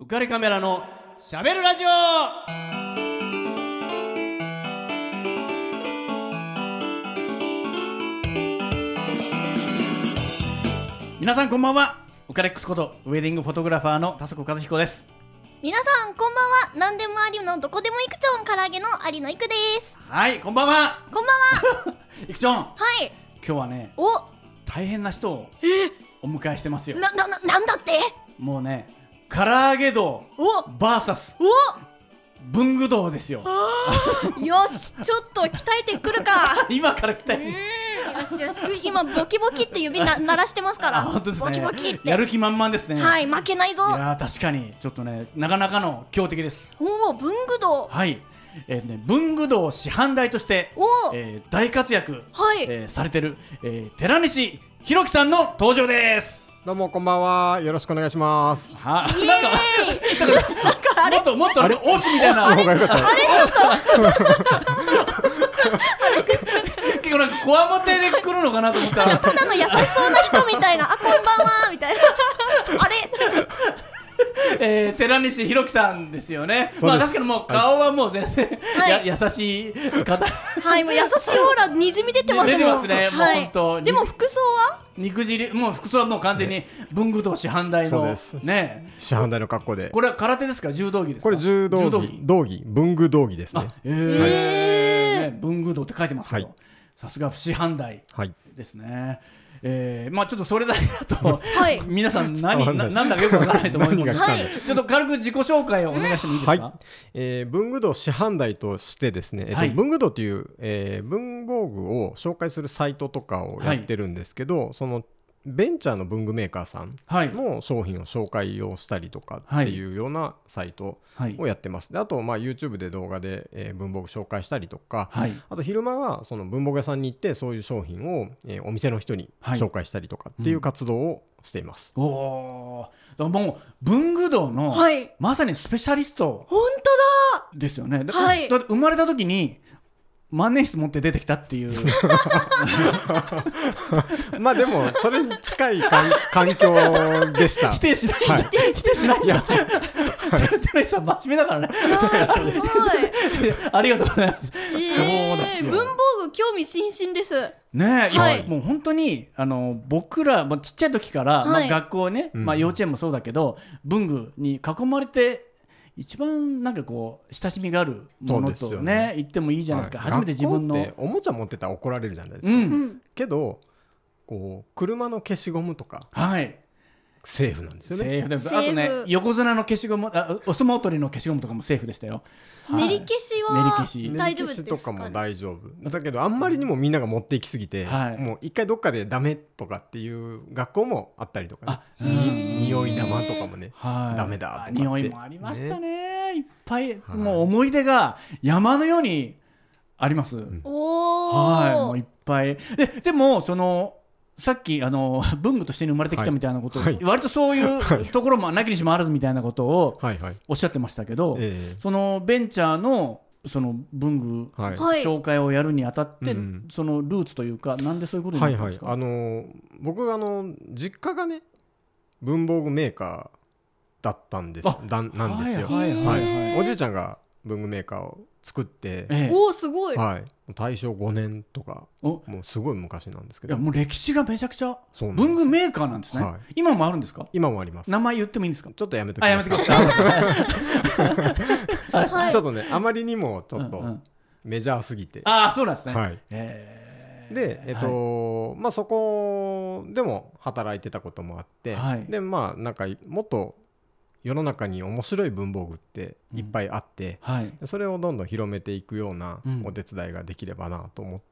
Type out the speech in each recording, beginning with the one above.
浮かれカメラのしゃべるラジオ。皆さんこんばんは。ウカレックスことウェディングフォトグラファーの田底和彦です。 皆さんこんばんは。何でもありのどこでもいくちょん唐揚げの有野いくです。 はい、こんばんは。 こんばんは。 いくちょん、 はい。 今日はね、 お、 大変な人をお迎えしてますよ。 なんだって。 もうね、唐揚げ道バーサス文具道ですよ。 よし、ちょっと鍛えてくるか。 今から鍛えよしよし、今ボキボキって指鳴らしてますから。 本当ですね。 ボキボキってやる気満々ですね。 はい、負けないぞ。 いや確かにちょっとね、なかなかの強敵です。 おお、文具道。 はい、文具道師範代として、大活躍、 はい、 されてる、寺西弘樹さんの登場です。 どうもこんばんは。よろしくお願いします。 は、 イエーイ。 なんかもっとオスみたいな。 あれちょっと結構なんかこわもてで来るのかなと思ったら、 ただの優しそうな人みたいな。あ、こんばんはみたいな。あれ。 寺西弘樹さんですよね。 そうです。 まあ確かにもう顔はもう全然、 はい、 優しい方。 はい、もう優しいオーラにじみ出てますもん。 出てますね。もう本当。 でも服装は？ 肉汁、もう服装はもう完全に文具道師範代のね、 師範代の格好で。 これは空手ですか、柔道着ですか？ これ柔道着、文具道着ですね。 文具道って書いてますけど、さすが師範代ですね。まあちょっとそれだけだと、皆さんなんだかよくわからないと思いますが、ちょっと軽く自己紹介をお願いしてもいいですか？ 文具道師範代としてですね、文具道という、文房具を紹介するサイトとかをやってるんですけど、そのベンチャーの文具メーカーさんの商品を紹介をしたりとかっていうようなサイトをやってます。で、あとYouTube で動画で、文房具紹介したりとか、あと昼間はその文房具屋さんに行ってそういう商品を、お店の人に紹介したりとかっていう活動をしています。 おー、もう文具道の、まさにスペシャリストですよね。だって生まれた時に万年筆持って出てきたっていうまあでもそれに近い環境でした。 否定しない、否定しない。いや寺西さん真面目だからね。ありがとうございます。そうですよ。 文房具興味津々ですね。いやもう本当に僕らもちっちゃい時から、学校ね、幼稚園もそうだけど文具に囲まれて一番なんかこう親しみがあるものとね言ってもいいじゃないですか。初めて自分の学校っておもちゃ持ってたら怒られるじゃないですか。けどこう車の消しゴムとかセーフなんですよね。 セーフです。あとね、横綱の消しゴム、お相撲取りの消しゴムとかもセーフでしたよ。 練り消しは大丈夫ですか？ 練り消しとかも大丈夫だけど、あんまりにもみんなが持っていきすぎて、もう一回どっかでダメとかっていう学校もあったりとかね。匂い玉とかもね、ダメだとかって。 匂いもありましたね。いっぱいもう思い出が山のようにあります。もういっぱいでもそのさっき文具として生まれてきたみたいなことを、割とそういうところもなきにしもあらずみたいなことをおっしゃってましたけど、そのベンチャーのその文具紹介をやるにあたって、そのルーツというか、なんでそういうことになったんですか？ 僕実家がね文房具メーカーだったんですなんですよ。おじいちゃんが文具メーカーを作って、 すごい。 大正5年とか、もうすごい昔なんですけど、 もう歴史がめちゃくちゃ文具メーカーなんですね。今もあるんですか？ 今もあります。 名前言ってもいいんですか？ ちょっとやめときます。 やめてください。 ちょっとね、あまりにもちょっとメジャーすぎて。 そうなんですね。 で、そこでも働いてたこともあって、でなんかもっと世の中に面白い文房具っていっぱいあって、それをどんどん広めていくようなお手伝いができればなと思って、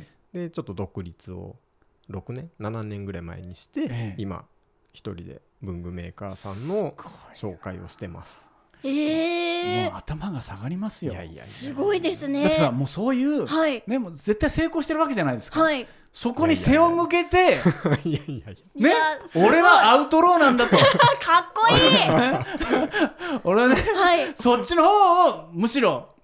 でちょっと独立を6年7年ぐらい前にして、今一人で文具メーカーさんの紹介をしてます。 もう頭が下がりますよ。 すごいですね。 だってさ、もうそういう、ね、もう絶対成功してるわけじゃないですか。そこに背を向けて、ね、俺はアウトローなんだと。 かっこいい。 俺はね、そっちの方をむしろ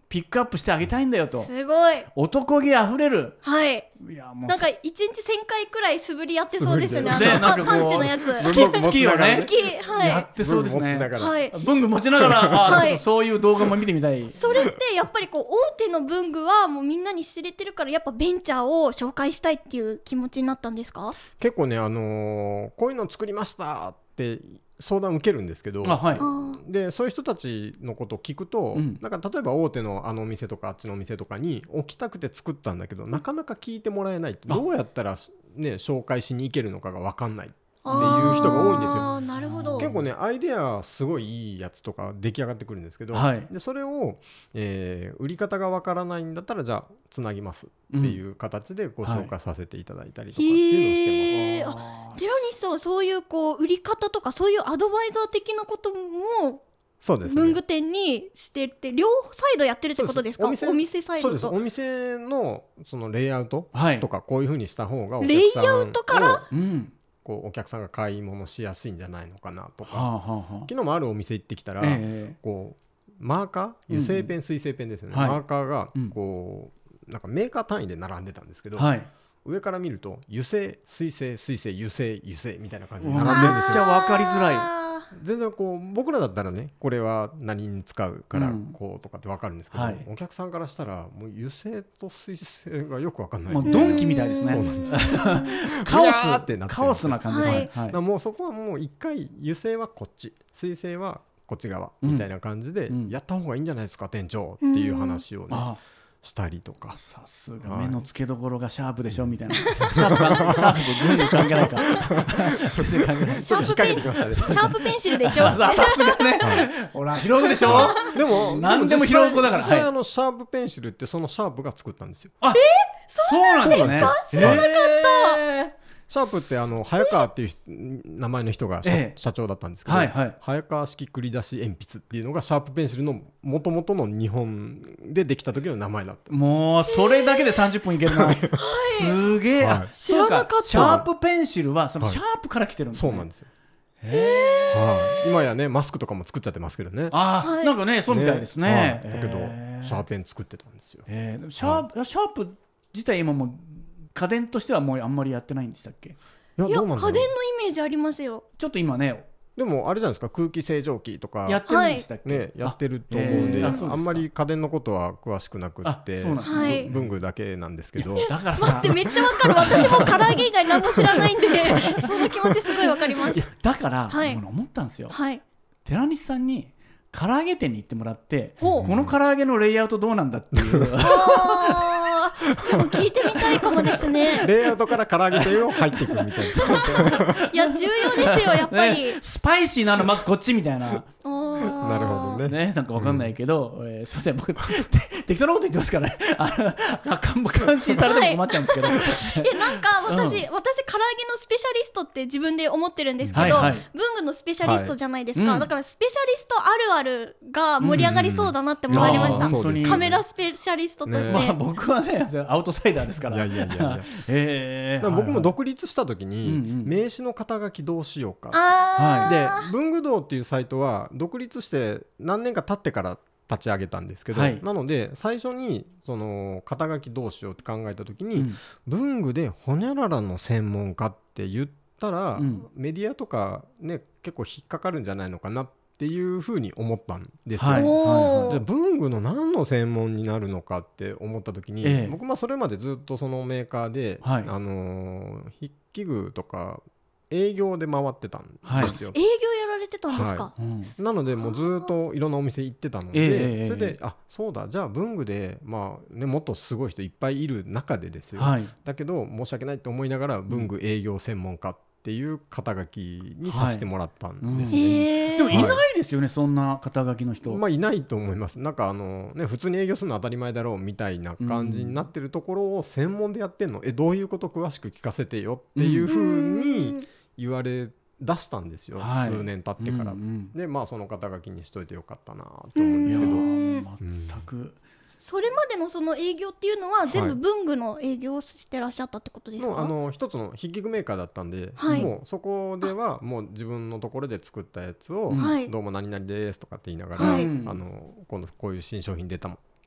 ピックアップしてあげたいんだよと。 すごい。 男気あふれる。 はい。 いやもうなんか1日1000回くらい素振りやってそうですね。 パンチのやつ。 スキーをね、 はい、 やってそうですね。 はい、 文具持ちながら、はい、そういう動画も見てみたい。 それってやっぱりこう大手の文具はもうみんなに知れてるから、やっぱベンチャーを紹介したいっていう気持ちになったんですか？ 結構ね、こういうの作りましたって相談受けるんですけど、はい、でそういう人たちのことを聞くと、なんか例えば大手のあのお店とかあっちのお店とかに置きたくて作ったんだけど、なかなか聞いてもらえない、どうやったら、ね、紹介しに行けるのかが分かんないっていう人が多いんですよ。 なるほど。 結構ね、アイデアすごいいいやつとか出来上がってくるんですけど、はい、でそれを、売り方が分からないんだったらじゃあつなぎますっていう形でご紹介させていただいたりとかっていうのをしてます。 寺西さんはそういう売り方とかそういうアドバイザー的なこともそうですね、 文具店にしてって両サイドやってるってことですか？お店サイドと。 そうです。お店のそのレイアウトとかこういう風にした方がお客さんをレイアウトからこうお客さんが買い物しやすいんじゃないのかなとか、昨日もあるお店行ってきたら、こうマーカー、油性ペン、水性ペンですね、マーカーがこうなんかメーカー単位で並んでたんですけど、上から見ると油性、水性、水性、油性、油性みたいな感じで並んでるんですよ。 めっちゃ分かりづらい。 全然こう僕らだったらね、これは何に使うからこうとかって分かるんですけど、お客さんからしたらもう油性と水性がよく分かんない。 もうドンキみたいですね。そうなんですカオスな感じですね。 もうそこはもう一回油性はこっち、水性はこっち側みたいな感じでやった方がいいんじゃないですか店長っていう話をね、したりとか。 さすが目の付けどころがシャープでしょみたいな。シャープ文具関係ないか。 シャープペンシルでしょ。 さすがね。ほら拾うでしょ。でも何でも拾う子だから。 実際シャープペンシルってそのシャープが作ったんですよ。 そうなんですか。知らなかった。 シャープって早川っていう名前の人が社長だったんですけど、早川式繰り出し鉛筆っていうのがシャープペンシルの元々の日本でできた時の名前だったんですよ。 もうそれだけで30分いけるな。すげえ。 知らなかった。 シャープペンシルはそのシャープから来てるんですね。 そうなんですよ。今やねマスクとかも作っちゃってますけどね。 なんかねそうみたいですね。 だけどシャーペン作ってたんですよ。 シャープ自体今も家電としてはもうあんまりやってないんでしたっけ？ いや家電のイメージありますよ。 ちょっと今ね、 でもあれじゃないですか、空気清浄機とかやってるんでしたっけ？ ね、やってると思うんで、あんまり家電のことは詳しくなくって文具だけなんですけど。 だからさ、 待ってめっちゃわかる。私も唐揚げ以外何も知らないんでその気持ちすごいわかります。 だから思ったんですよ。寺西さんに唐揚げ店に行ってもらって、この唐揚げのレイアウトどうなんだっていうでも聞いてみたいかもですね。 レイアウトから唐揚げ店を入っていくみたいな。 いや重要ですよやっぱり、 スパイシーなのまずこっちみたいな。 なるほどね。 なんかわかんないけど、すいません僕適当なこと言ってますからね。感心されても困っちゃうんですけど。 なんか私唐揚げのスペシャリストって自分で思ってるんですけど、文具のスペシャリストじゃないですか。だからスペシャリストあるあるが盛り上がりそうだなって思いました。カメラスペシャリストとして。 僕はねアウトサイダーですから。 僕も独立した時に名刺の肩書きどうしようか。で文具堂っていうサイトは独立して何年か経ってから立ち上げたんですけど、なので最初にその肩書きどうしようって考えた時に、文具でホニャララの専門家って言ったら、メディアとかね結構引っかかるんじゃないのかなっていうふうに思ったんですよ。じゃあ文具の何の専門になるのかって思った時に、僕それまでずっとそのメーカーで、筆記具とか営業で回ってたんですよ。 営業やられてたんですか？ なのでもうずっといろんなお店行ってたので、それでそうだ、じゃあ文具でもっとすごい人いっぱいいる中でですよ、だけど申し訳ないと思いながら文具営業専門家っていう肩書きにさせてもらったんですね。 でもいないですよね、そんな肩書きの人。 いないと思います。なんか普通に営業するの当たり前だろうみたいな感じになってるところを専門でやってんの、どういうこと詳しく聞かせてよっていうふうに言われ出したんですよ、数年経ってから。でその肩書きにしといてよかったなと思うんですけど、 全くそれまでのその営業っていうのは全部文具の営業をしてらっしゃったってことですか？ 一つの筆記具メーカーだったんで、もうそこではもう自分のところで作ったやつを、どうも何々ですとかって言いながら、今度こういう新商品出た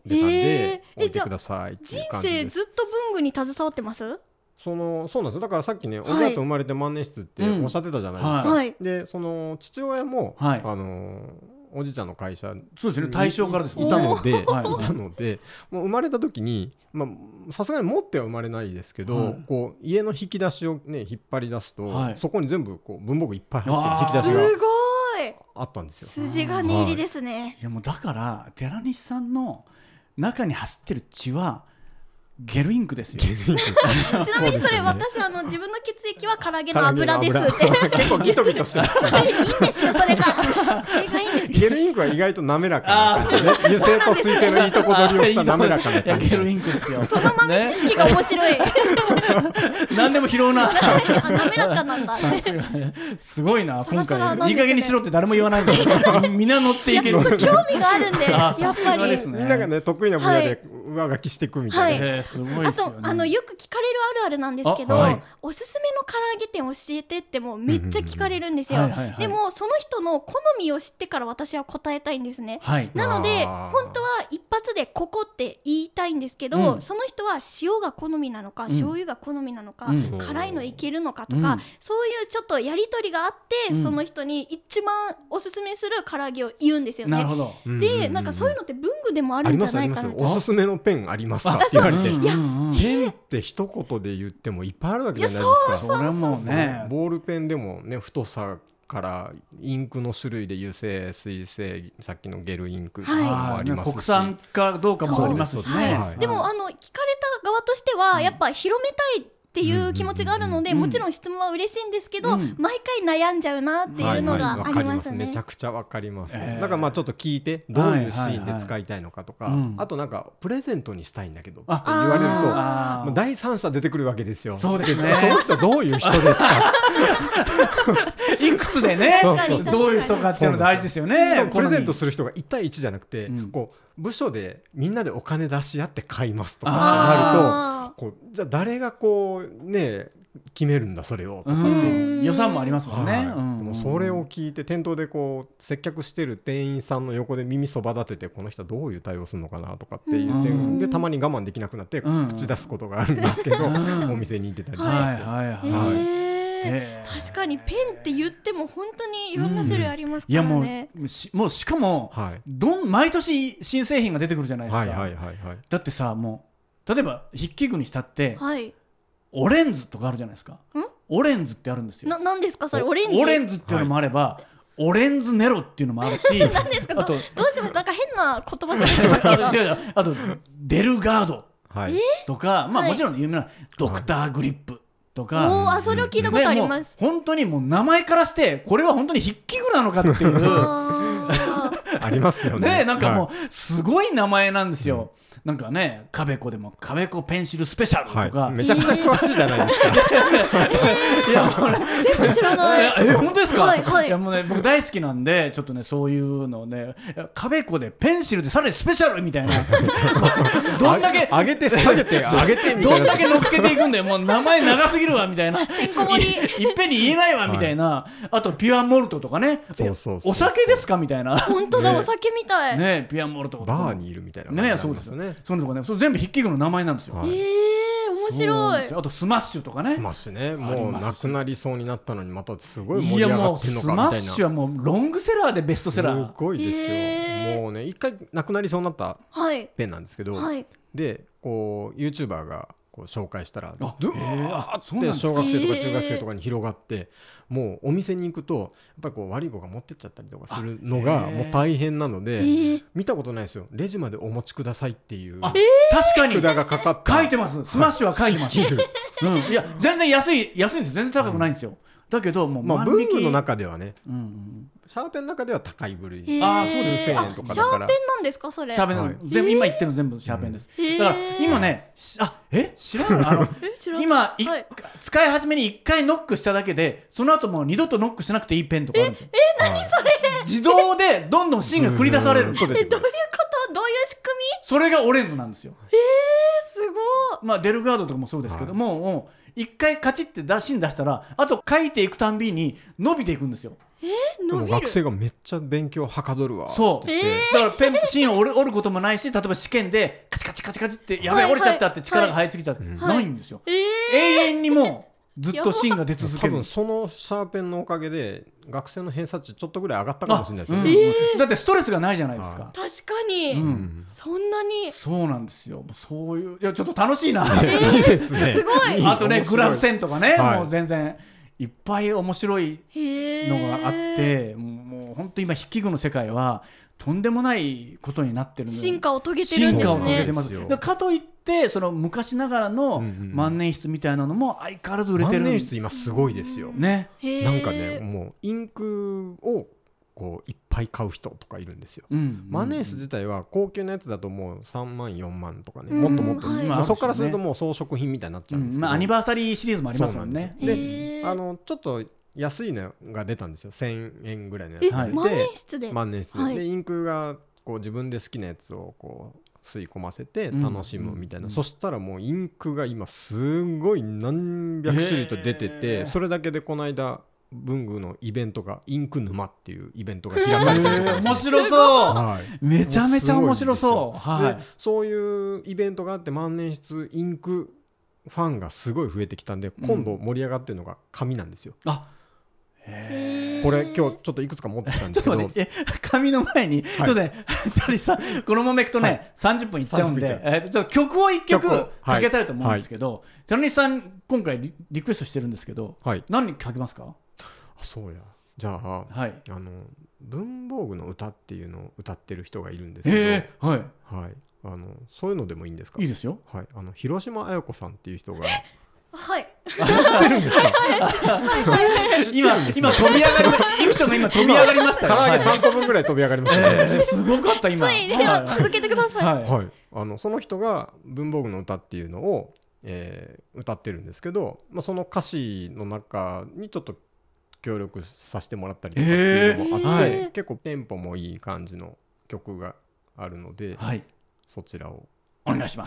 出たんで、置いてくださいっていう感じです。 人生ずっと文具に携わってます？ そうなんですよ。だからさっきね、おぎゃと生まれて万年筆っておっしゃってたじゃないですか、 はい、 でその父親も、はい、おじいちゃんの会社そうですね、大正からですいたのでもう生まれた時にさすがに持っては生まれないですけど、はい、こう家の引き出しをね引っ張り出すと、はい、そこに全部こう文房具いっぱい入ってる引き出しがすごいあったんですよ。 筋金入りですね、はい、 いやもうだから寺西さんの中に走ってる血はゲルインクですよ。 ちなみにそれ私自分の血液は唐揚げの油ですって結構ギトギトしてますいいんですよ、それがいいんです。 ゲルインクは意外と滑らかな感じで、ね、油性と水性のいいとこ取りをした滑らかな感じ。 ゲルインクですよ。 その豆知識が面白い、 何でも拾うな滑らかなんだすごいな、今回いい加減にしろって誰も言わないんでみんな乗っていける。 興味があるんでやっぱりみんながね得意な分野で上書きしていくみたいな、 すごいですよね。 あとよく聞かれるあるあるなんですけど、はい、おすすめの唐揚げ店教えてってもめっちゃ聞かれるんですよ。でもその人の好みを知ってから私は答えたいんですね、はい、なので本当は一発でここって言いたいんですけど、その人は塩が好みなのか、醤油が好みなのか、辛いのいけるのかとか、そういうちょっとやり取りがあって、その人に一番おすすめする唐揚げを言うんですよね。 なるほど。 でなんかそういうのって文具でもあるんじゃないかなと。 おすすめのペンありますかって言われて、ペンって一言で言ってもいっぱいあるわけじゃないですか。 それもね、 ボールペンでもね、太さからインクの種類で油性、水性、さっきのゲルインクもありますし、 国産かどうかもありますしね。 でも聞かれた側としてはやっぱ広めたいっていう気持ちがあるので、もちろん質問は嬉しいんですけど、毎回悩んじゃうなっていうのがありますね。 めちゃくちゃわかります。だからちょっと聞いてどういうシーンで使いたいのかとか、あとなんかプレゼントにしたいんだけどって言われると第三者出てくるわけですよ。 そうですね。 その人どういう人ですかいくつでね、どういう人かっていうの大事ですよね。 しかもプレゼントする人が1対1じゃなくて、こう部署でみんなでお金出し合って買いますとかってなると、こうじゃあ誰がこうね決めるんだそれをとか、 予算もありますもんね。 でもそれを聞いて店頭でこう接客してる店員さんの横で耳そば立てて、この人はどういう対応するのかなとかって言ってでたまに我慢できなくなって口出すことがあるんですけど、お店に行ってたりとかして。 確かにペンって言っても本当にいろんな種類ありますからね。 いやもうしかも、毎年新製品が出てくるじゃないですか。だってさ、もう例えば筆記具にしたって、オレンズとかあるじゃないですか。オレンズってあるんですよ。 何ですかそれ？オレンズっていうのもあれば、オレンズネロっていうのもあるし何ですか、あとどうします？なんか変な言葉しか出てますけどあとデルガードとか、もちろん有名なドクターグリップとか、 それを聞いたことあります。 本当にもう名前からしてこれは本当に筆記具なのかっていうありますよね。 なんかもうすごい名前なんですよ。なんかね、カベコでもカベコペンシルスペシャルとか、 めちゃくちゃ詳しいじゃないですか。 いやもう全部知らない。 本当ですか？いやもうね、僕大好きなんで、ちょっとねそういうのね、カベコでペンシルでさらにスペシャルみたいなどんだけ上げて下げて上げてみたいな、 どんだけ乗っけていくんだよ、もう名前長すぎるわみたいな、いっぺんに言えないわみたいな。あとピュアモルトとかね、お酒ですかみたいな。 本当だ、お酒みたいね、ピュアモルトバーにいるみたいなね。そうですよね。そういうのとかね、それ全部筆記具の名前なんですよ。 面白い。 あとスマッシュとかね。 スマッシュね、もうなくなりそうになったのにまたすごい盛り上がってるのかみたいな。 スマッシュはもうロングセラーでベストセラー。 すごいですよ。もうね、一回なくなりそうになったペンなんですけど、でこう YouTuber がこう紹介したらドワーって小学生とか中学生とかに広がって、もうお店に行くとやっぱりこう悪い子が持ってっちゃったりとかするのがもう大変なので、見たことないですよ。レジまでお持ちくださいっていう確かに札がかかった。 書いてます。スマッシュは書いてます。いや全然安いんですよ。全然高くないんですよ。だけどもう文具の中ではね、シャーペンの中では高い部類、 そうですね。シャーペンなんですかそれ？ シャーペン、全部今言ってるの全部シャーペンです。だから今ね、知らないの？今使い始めに1回ノックしただけで、その後もう二度とノックしなくていいペンとかあるんですよ。 何それ？ 自動でどんどん芯が繰り出される。 どういうこと？どういう仕組み？ それがオレンズなんですよ。 すごい。 デルガードとかもそうですけども、一回カチッて芯出したら、あと書いていくたんびに伸びていくんですよ。 でも学生がめっちゃ勉強はかどるわってそう、だから芯を折ることもないし、例えば試験でカチカチカチカチってやべえ折れちゃったって力が入りすぎちゃって、ないんですよ、永遠にもずっと芯が出続ける。 多分そのシャーペンのおかげで学生の偏差値ちょっとぐらい上がったかもしれないですよね。 だってストレスがないじゃないですか。 確かに、そんなに。 そうなんですよ。そういう、いやちょっと楽しいな。 いいですね。 すごい。 あとねグラフ線とかね、もう全然いっぱい面白いのがあって、もう本当今筆記具の世界はとんでもないことになってるので、 進化を遂げてるんですね。 進化を遂げてます。かといってその昔ながらの万年筆みたいなのも相変わらず売れてる。 万年筆今すごいですよね。 なんかね、もうインクをこういっぱい買う人とかいるんですよ。万年筆自体は高級なやつだともう3万4万とかね、もっともっと、そこからするともう装飾品みたいになっちゃうんですけど、 アニバーサリーシリーズもありますもんね。 でちょっと安いのが出たんですよ。1000円ぐらいのやつが出て、 万年筆で、 万年筆でインクがこう自分で好きなやつをこう吸い込ませて楽しむみたいな、そしたらもうインクが今すごい何百種類と出てて、それだけでこの間文具のイベントがインク沼っていうイベントが開かれてる。 面白そう、めちゃめちゃ面白そう。 そういうイベントがあって万年筆インクファンがすごい増えてきたんで、今度盛り上がってるのが紙なんですよ。これ今日ちょっといくつか持ってきたんですけど、 紙の前にちょっとね、鳥さんこのままいくとね30分いっちゃうんで、ちょっと曲を1曲かけたいと思うんですけど、鳥さん今回リクエストしてるんですけど、何かけますか？ そうや、じゃあ文房具の歌っていうのを歌ってる人がいるんですけど、そういうのでもいいんですか？ いいですよ。 広島綾子さんっていう人がはい。 知ってるんですか？ 今飛び上がり、イクションが今飛び上がりましたよ。 唐揚げ3個分ぐらい飛び上がりましたね。 すごかった今。 続けてください。 はい。その人が文房具の歌っていうのを歌ってるんですけど、その歌詞の中にちょっと協力させてもらったりとかっていうのもあって、結構テンポもいい感じの曲があるので、そちらをお願いします。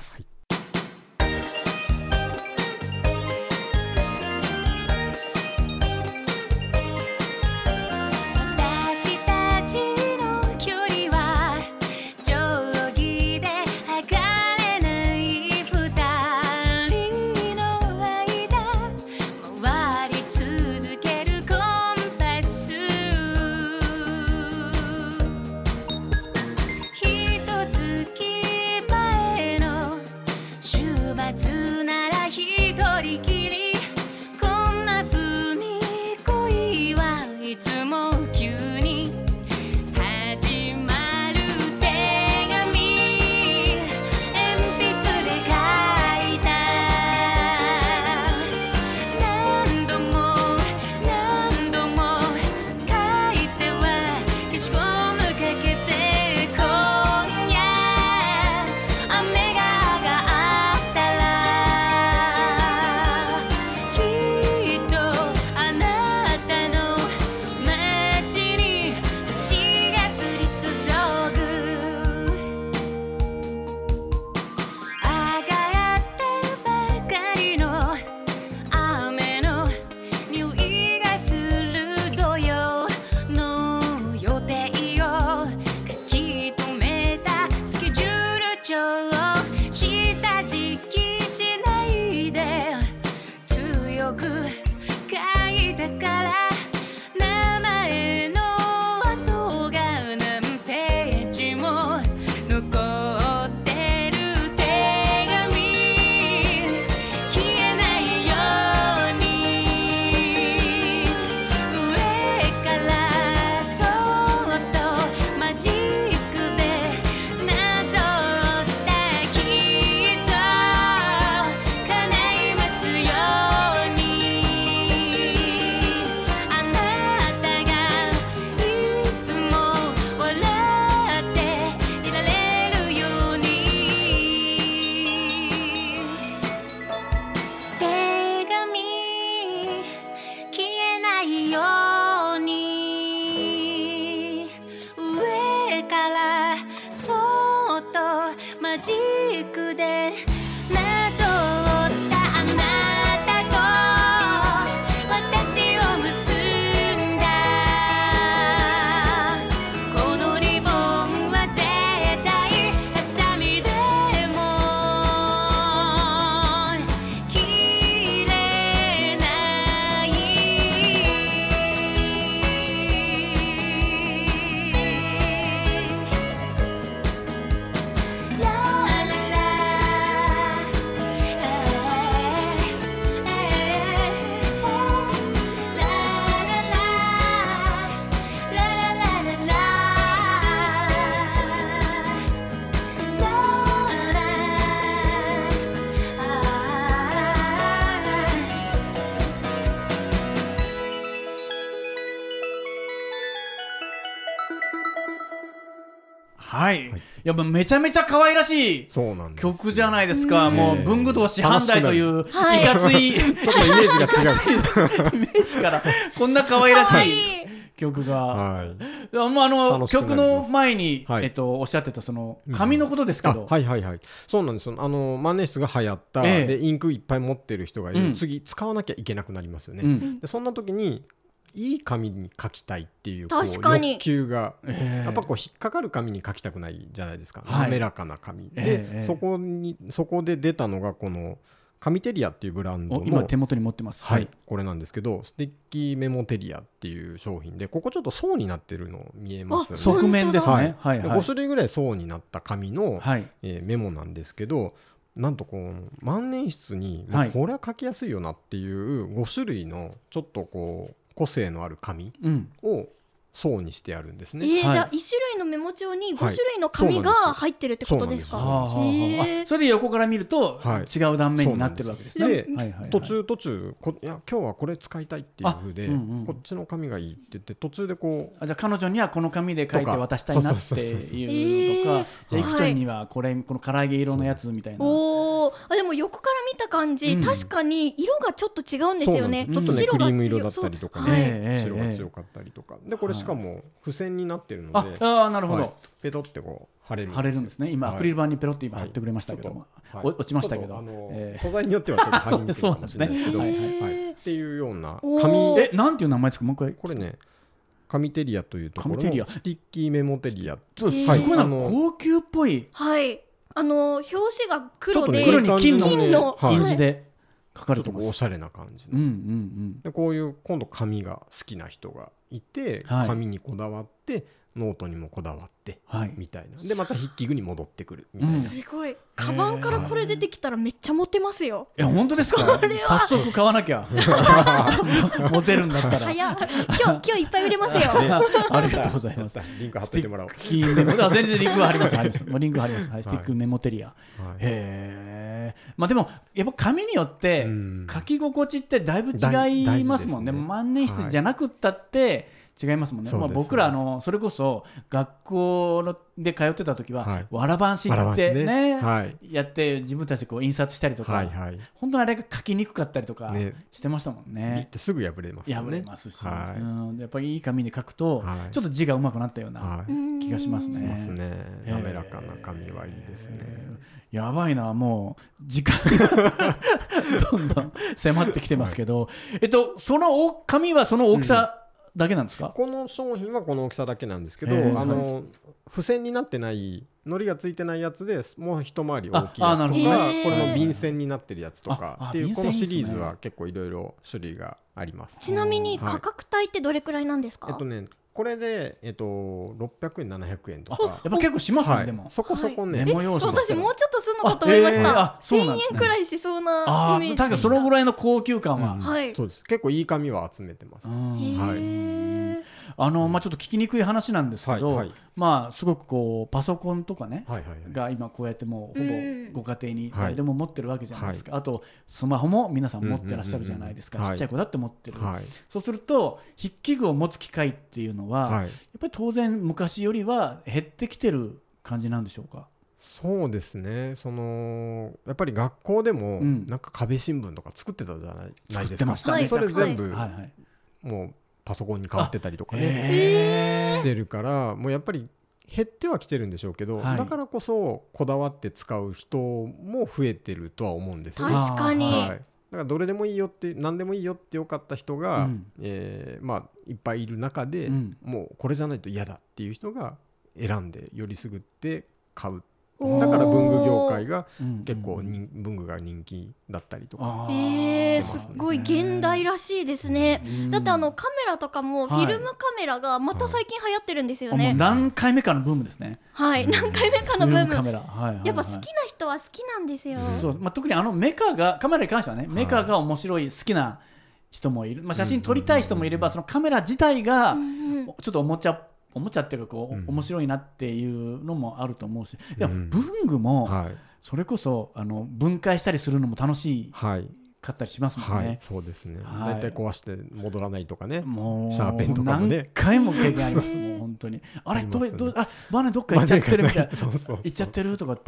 「 はい、いやめちゃめちゃ可愛らしい曲じゃないですか。もう文具道師範代といういかついちょっとイメージが違うイメージからこんな可愛らしい曲が、はい、曲の前に、おっしゃってたその紙のことですけど、 はいはいはい、そうなんですよ。万年筆が流行った、でインクいっぱい持ってる人がいる、次使わなきゃいけなくなりますよね、でそんな時にいい紙に書きたいっていう欲求が、やっぱこう引っかかる紙に書きたくないじゃないですか、滑らかな紙で、そこで出たのがこの紙テリアっていうブランドの、 今手元に持ってます、 はい、これなんですけど、スティッキーメモテリアっていう商品で、ここちょっと層になってるの見えますよね。 側面ですね、 はいはい、5種類ぐらい層になった紙の、メモなんですけど、なんとこう万年筆に、これは書きやすいよなっていう5種類のちょっとこう個性のある紙を層にしてあるんですね。 じゃあ1種類のメモ帳に5種類の紙が入ってるってことですか。 それで横から見ると違う断面になってるわけですね。 で途中いや今日はこれ使いたいっていう風で、こっちの紙がいいって言って途中でこう、 じゃあ彼女にはこの紙で書いて渡したいなっていうとか、じゃあいくちゃんにはこの唐揚げ色のやつみたいな。 でも横から見た感じ、確かに色がちょっと違うんですよね。 ちょっとねクリーム色だったりとかね、白が強かったりとかで、これしかも付箋になってるので、 なるほど、 ペトってこう貼れるんですね。今アクリル板にペロって今貼ってくれましたけども、落ちましたけど、 素材によってはちょっと貼りにくいかもしれないですけど、っていうような紙、 なんていう名前ですか。もう一回。 これね紙テリアというところのスティッキーメモテリア。 すごい高級っぽい。 はい。表紙が黒で黒に金の印字で書かれてます。 おしゃれな感じで、こういう今度紙が好きな人がいて、紙にこだわってノートにもこだわってみたいなで、また筆記具に戻ってくるみたいな。 すごい。カバンからこれ出てきたらめっちゃモテますよ。 いや本当ですか。早速買わなきゃモテるんだったら。 今日いっぱい売れますよ。 ありがとうございます。 リンク貼ってもらおう。 全然リンク貼ります。リンク貼ります。スティックメモテリア。でもやっぱ紙によって書き心地ってだいぶ違いますもんね。万年筆じゃなくったって違いますもんね。僕らそれこそ学校で通ってた時はわらばんしってねやって自分たちでこう印刷したりとか、本当にあれが書きにくかったりとかしてましたもんね。 ビッてすぐ破れますよね。 破れますし、やっぱりいい紙で書くとちょっと字が上手くなったような気がしますね。 滑らかな紙はいいですね。 やばいな、もう時間がどんどん迫ってきてますけど、その紙はその大きさだけなんですか。 この商品はこの大きさだけなんですけど、付箋になってないのりがついてないやつでもう一回り大きいやつとか、これも便箋になってるやつとかっていうこのシリーズは結構いろいろ種類があります。 ちなみに価格帯ってどれくらいなんですか。 これで600円700円とか、 やっぱ結構しますね。でもそこそこね。 私もうちょっとするのかと思いました。1000円くらいしそうなイメージ。 確かそのぐらいの高級感は。 そうです。結構いい紙は集めてます。 ちょっと聞きにくい話なんですけど、すごくこうパソコンとかねが今こうやってもうほぼご家庭に誰でも持ってるわけじゃないですか。あとスマホも皆さん持ってらっしゃるじゃないですか。ちっちゃい子だって持ってる。そうすると筆記具を持つ機会っていうのはやっぱり当然昔よりは減ってきてる感じなんでしょうか。 そうですね。やっぱり学校でもなんか壁新聞とか作ってたじゃないですか。それ全部もうパソコンに変わってたりとかねしてるから、もうやっぱり減ってはきてるんでしょうけど、だからこそこだわって使う人も増えてるとは思うんですよね。 確かに、 だからどれでもいいよって何でもいいよってよかった人が、いっぱいいる中で、もうこれじゃないと嫌だっていう人が選んでよりすぐって買う。だから文具業界が結構文具が人気だったりとか、 すごい現代らしいですね。だってカメラとかもフィルムカメラがまた最近流行ってるんですよね。 何回目かのブームですね。 何回目かのブーム。やっぱ好きな人は好きなんですよ。 特にメカがカメラに関してはね、メカが面白い好きな人もいる。写真撮りたい人もいれば、そのカメラ自体がちょっとおもちゃっていうか面白いなっていうのもあると思うし、でも文具もそれこそ分解したりするのも楽しいかかったりしますもんね。 はい、そうですね。大体壊して戻らないとかね。 もうシャーペンとかもね。 何回も経験あります。もう本当に。あれバネどっか行っちゃってるみたいな。行っちゃってるとかって。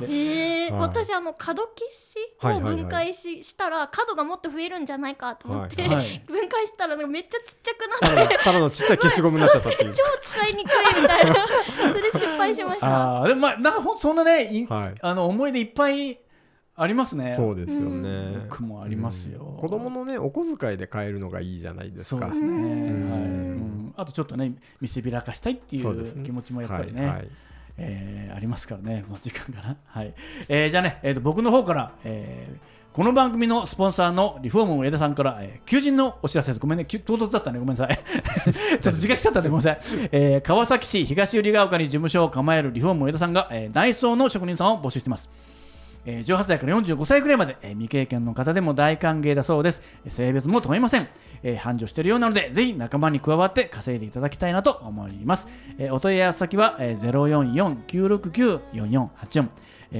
私角消しを分解したら角がもっと増えるんじゃないかと思って分解したらめっちゃちっちゃくなって。 ただのちっちゃい消しゴムになっちゃったっていう。 超使いにくいみたいな。それ失敗しました。 でもなんかそんなね思い出いっぱいありますね。 そうですよね。 僕もありますよ。 子供のねお小遣いで買えるのがいいじゃないですか。 そうですね。あとちょっとね見せびらかしたいっていう気持ちもやっぱりねありますからね。もう時間かな。はい。じゃあね僕の方からこの番組のスポンサーのリフォーム上田さんから求人のお知らせです。ごめんね唐突だったね、ごめんなさいちょっと自覚しちゃったんでごめんなさい。川崎市東百合ヶ丘に事務所を構えるリフォーム上田さんが内装の職人さんを募集しています。18歳から45歳くらいまで未経験の方でも大歓迎だそうです。性別も問いません。繁盛しているようなのでぜひ仲間に加わって稼いでいただきたいなと思います。お問い合わせ先は 044-969-4484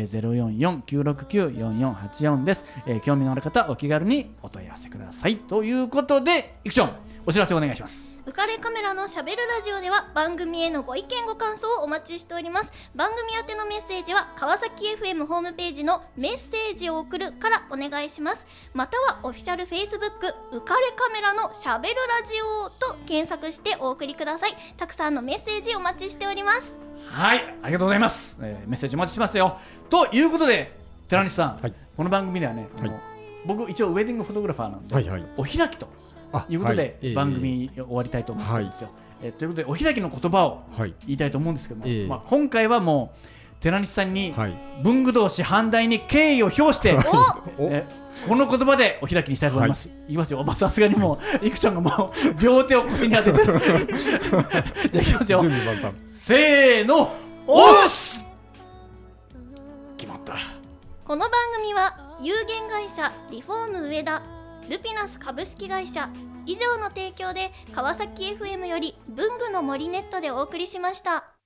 044-969-4484 です。興味のある方お気軽にお問い合わせください。ということでイクションお知らせお願いします。 浮かれカメラのしゃべるラジオでは番組へのご意見ご感想をお待ちしております。番組宛てのメッセージは川崎 FM ホームページのメッセージを送るからお願いします。またはオフィシャル Facebook 浮かれカメラのしゃべるラジオと検索してお送りください。たくさんのメッセージお待ちしております。 はい、ありがとうございます。メッセージお待ちしますよ。ということで寺西さん、この番組ではね僕一応ウェディングフォトグラファーなんでお開きということで番組終わりたいと思ってるんですよ。ということでお開きの言葉を言いたいと思うんですけども、今回はもう寺西さんに文具同士反対に敬意を表してこの言葉でお開きにしたいと思います。いきますよ。さすがにもうイクションがもう両手を腰に当ててるじゃあいきますよ。せーの、おっす。決まった。 この番組は有限会社リフォーム上田ルピナス株式会社以上の提供で川崎 FM より文具の森ネットでお送りしました。